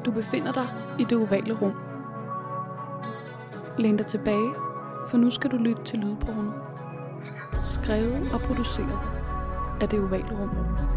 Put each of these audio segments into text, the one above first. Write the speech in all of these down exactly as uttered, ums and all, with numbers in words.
Du befinder dig i det ovale rum. Læn dig tilbage, for nu skal du lytte til lydporno. Skrevet og produceret af det ovale rum.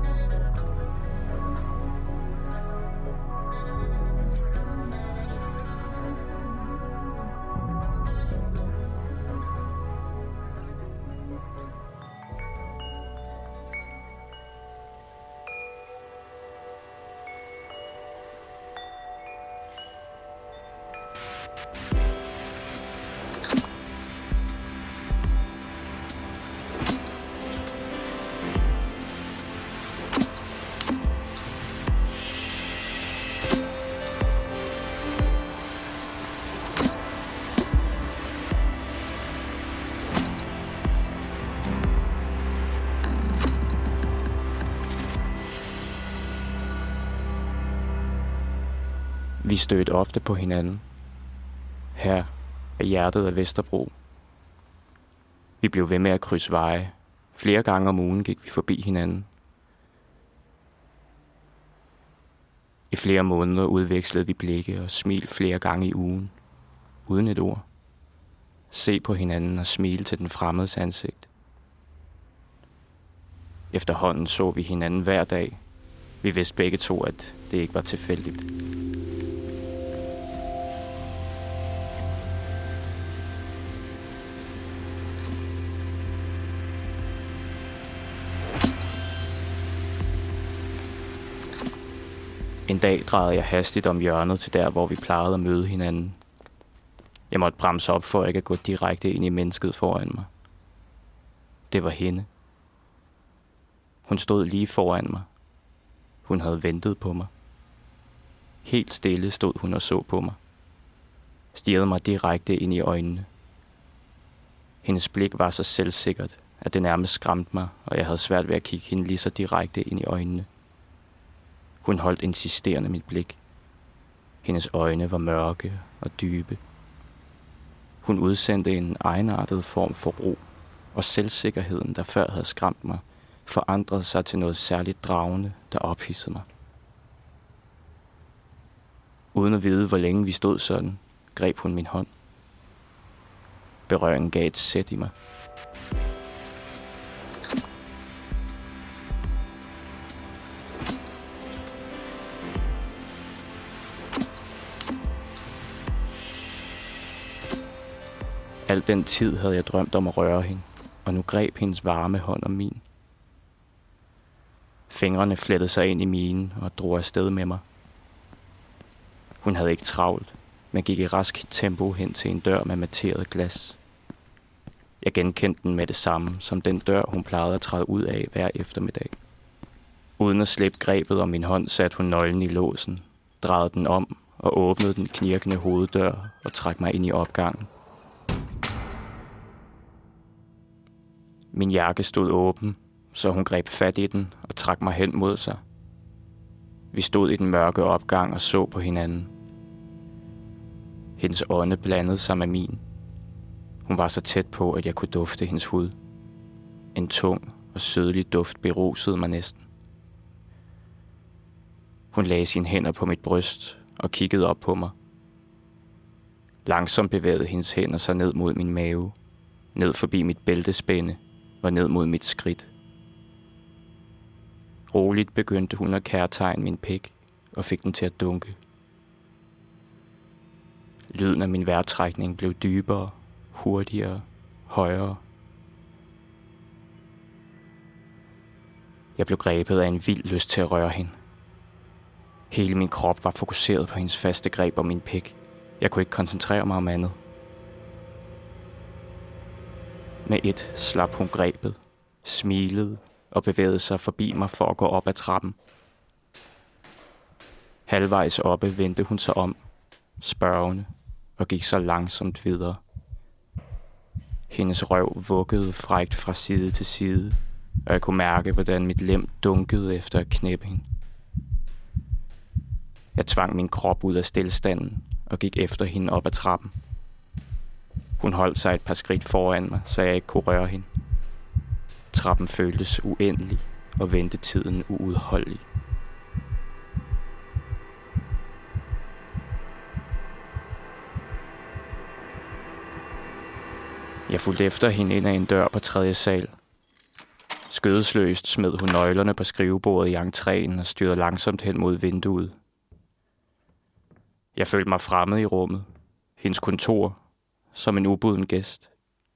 Vi stødte ofte på hinanden. Her er hjertet af Vesterbro. Vi blev ved med at krydse veje. Flere gange om ugen gik vi forbi hinanden. I flere måneder udvekslede vi blikke og smil flere gange i ugen. Uden et ord. Se på hinanden og smile til den fremmedes ansigt. Efterhånden så vi hinanden hver dag. Vi vidste begge to, at det ikke var tilfældigt. En dag drejede jeg hastigt om hjørnet til der, hvor vi plejede at møde hinanden. Jeg måtte bremse op for ikke at gå direkte ind i mennesket foran mig. Det var hende. Hun stod lige foran mig. Hun havde ventet på mig. Helt stille stod hun og så på mig. Stirrede mig direkte ind i øjnene. Hendes blik var så selvsikkert, at det nærmest skræmte mig, og jeg havde svært ved at kigge hende lige så direkte ind i øjnene. Hun holdt insisterende mit blik. Hendes øjne var mørke og dybe. Hun udsendte en egenartet form for ro, og selvsikkerheden, der før havde skræmt mig, forandrede sig til noget særligt dragende, der ophidsede mig. Uden at vide, hvor længe vi stod sådan, greb hun min hånd. Berøringen gav et sæt i mig. Al den tid havde jeg drømt om at røre hende, og nu greb hendes varme hånd om min. Fingrene flettede sig ind i mine og drog afsted med mig. Hun havde ikke travlt, men gik i rask tempo hen til en dør med materet glas. Jeg genkendte den med det samme, som den dør, hun plejede at træde ud af hver eftermiddag. Uden at slippe grebet om min hånd, satte hun nøglen i låsen, drejede den om og åbnede den knirkende hoveddør og trak mig ind i opgangen. Min jakke stod åben, så hun greb fat i den og trak mig hen mod sig. Vi stod i den mørke opgang og så på hinanden. Hendes ånde blandede sig med min. Hun var så tæt på, at jeg kunne dufte hendes hud. En tung og sødlig duft berusede mig næsten. Hun lagde sine hænder på mit bryst og kiggede op på mig. Langsomt bevægede hendes hænder sig ned mod min mave, ned forbi mit bæltespænde og ned mod mit skridt. Roligt begyndte hun at kærtegne min pik og fik den til at dunke. Lyden af min vejrtrækning blev dybere, hurtigere, højere. Jeg blev grebet af en vild lyst til at røre hende. Hele min krop var fokuseret på hendes faste greb om min pik. Jeg kunne ikke koncentrere mig om andet. Med et slap hun grebet, smilede og bevægede sig forbi mig for at gå op ad trappen. Halvvejs oppe vendte hun sig om, spørgende, og gik så langsomt videre. Hendes røv vuggede frækt fra side til side, og jeg kunne mærke, hvordan mit lem dunkede efter at knæppe hende. Jeg tvang min krop ud af stillstanden og gik efter hende op ad trappen. Hun holdt sig et par skridt foran mig, så jeg ikke kunne røre hende. Trappen føltes uendelig, og ventetiden uudholdelig. Jeg fulgte efter hende ind ad en dør på tredje sal. Skødesløst smed hun nøglerne på skrivebordet i entréen og styrede langsomt hen mod vinduet. Jeg følte mig fremmed i rummet, hendes kontor, som en ubuden gæst.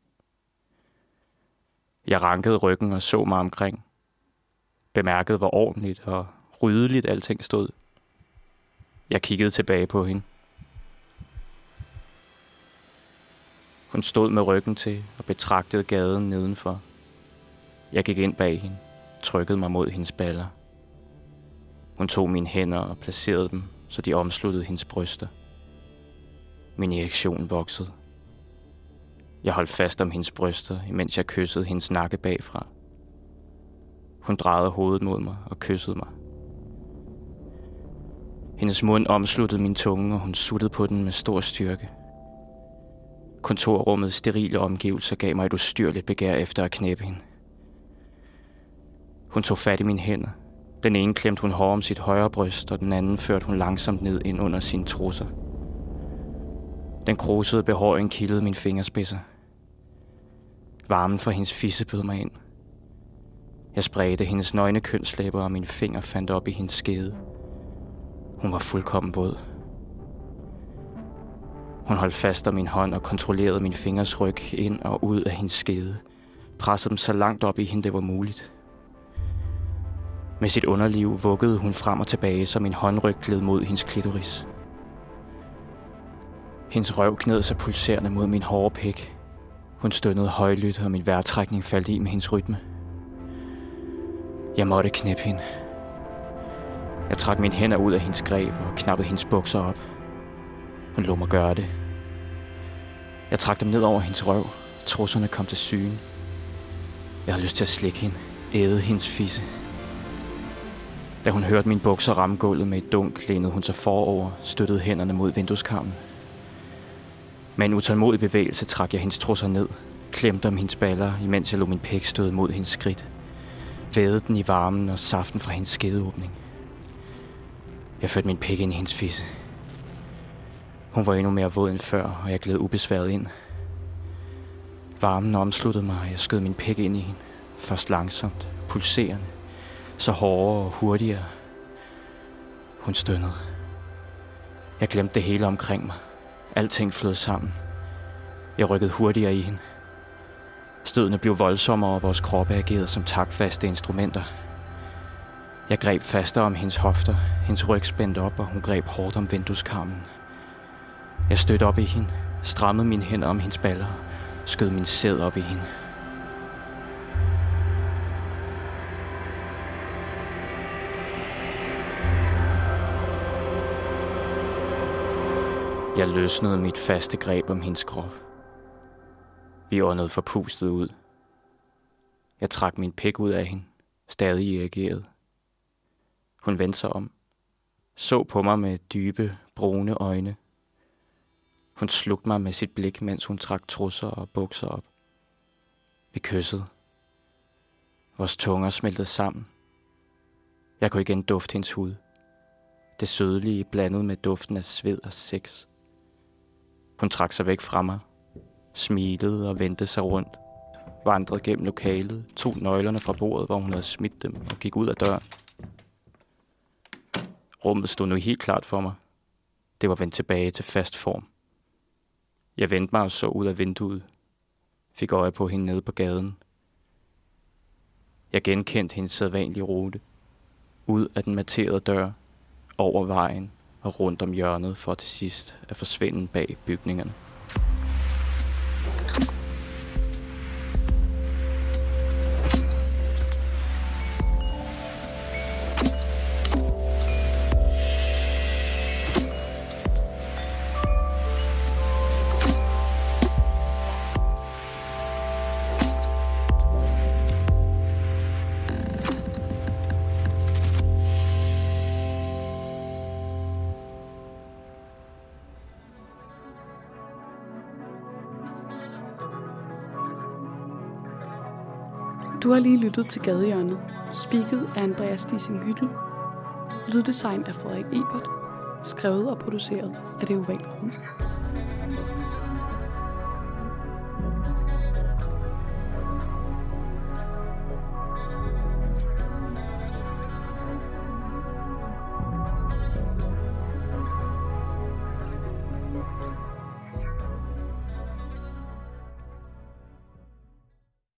Jeg rankede ryggen og så mig omkring. Bemærkede, hvor ordentligt og ryddeligt alting stod. Jeg kiggede tilbage på hende. Hun stod med ryggen til og betragtede gaden nedenfor. Jeg gik ind bag hende, trykkede mig mod hendes baller. Hun tog mine hænder og placerede dem, så de omsluttede hendes bryster. Min erektion voksede. Jeg holdt fast om hendes bryster, imens jeg kyssede hendes nakke bagfra. Hun drejede hovedet mod mig og kyssede mig. Hendes mund omsluttede min tunge, og hun suttede på den med stor styrke. Kontorrummets sterile omgivelser gav mig et ustyrligt begær efter at knæppe hende. Hun tog fat i mine hænder. Den ene klemte hun hårdt om sit højre bryst, og den anden førte hun langsomt ned ind under sine trusser. Den krusede behåring kildede mine fingerspidser. Varmen fra hendes fisse bød mig ind. Jeg spredte hendes nøgne kønslæber, og mine fingre fandt op i hendes skede. Hun var fuldkommen våd. Hun holdt fast om min hånd og kontrollerede min fingers ryg ind og ud af hendes skede. Pressede dem så langt op i hende, det var muligt. Med sit underliv vuggede hun frem og tilbage, så min håndryg gled mod hendes klitoris. Hendes røv kned sig pulserende mod min hårde pik. Hun stønnede højlydt, og min vejrtrækning faldt i med hendes rytme. Jeg måtte knæppe hende. Jeg trak mine hænder ud af hendes greb og knappede hendes bukser op. Hun lod mig gøre det. Jeg trak dem ned over hendes røv. Trusserne kom til syne. Jeg havde lyst til at slikke hende. Æde hendes fisse. Da hun hørte mine bukser ramme gulvet med et dunk, lænede hun sig forover, støttede hænderne mod vindueskarmen. Med en utålmodig bevægelse trak jeg hendes trusser ned, klemte om hendes baller, imens jeg lod min pik støde mod hendes skridt. Vædede den i varmen og saften fra hendes skedeåbning. Jeg førte min pik ind i hendes fisse. Hun var endnu mere våd end før, og jeg gled ubesværet ind. Varmen omsluttede mig, og jeg skød min pik ind i hende. Først langsomt, pulserende, så hårdere og hurtigere. Hun stønnede. Jeg glemte det hele omkring mig. Alting flød sammen. Jeg rykkede hurtigere i hende. Stødene blev voldsommere, og vores kroppe agerede som taktfaste instrumenter. Jeg greb fastere om hendes hofter. Hendes ryg spændte op, og hun greb hårdt om vindueskarmen. Jeg stødte op i hende, strammede mine hænder om hendes baller, skød min sæd op i hende. Jeg løsnede mit faste greb om hendes krop. Vi åndede forpustet ud. Jeg trak min pik ud af hende, stadig irrigeret. Hun vendte sig om, så på mig med dybe, brune øjne. Hun slugte mig med sit blik, mens hun trak trusser og bukser op. Vi kyssede. Vores tunger smeltede sammen. Jeg kunne igen dufte hendes hud. Det sødlige blandet med duften af sved og sex. Hun trak sig væk fra mig, smilede og vendte sig rundt, vandrede gennem lokalet, tog nøglerne fra bordet, hvor hun havde smidt dem, og gik ud af døren. Rummet stod nu helt klart for mig. Det var vendt tilbage til fast form. Jeg vendte mig og så ud af vinduet. Fik øje på hende nede på gaden. Jeg genkendte hendes sædvanlige rute. Ud af den matterede dør, over vejen og rundt om hjørnet for til sidst at forsvinde bag bygningerne. Du har lige lyttet til Gadehjørnet, speaket af Andreas Dissing-Hyttel, lyddesign af Frederik Ebert, skrevet og produceret af Det Ovale Rum.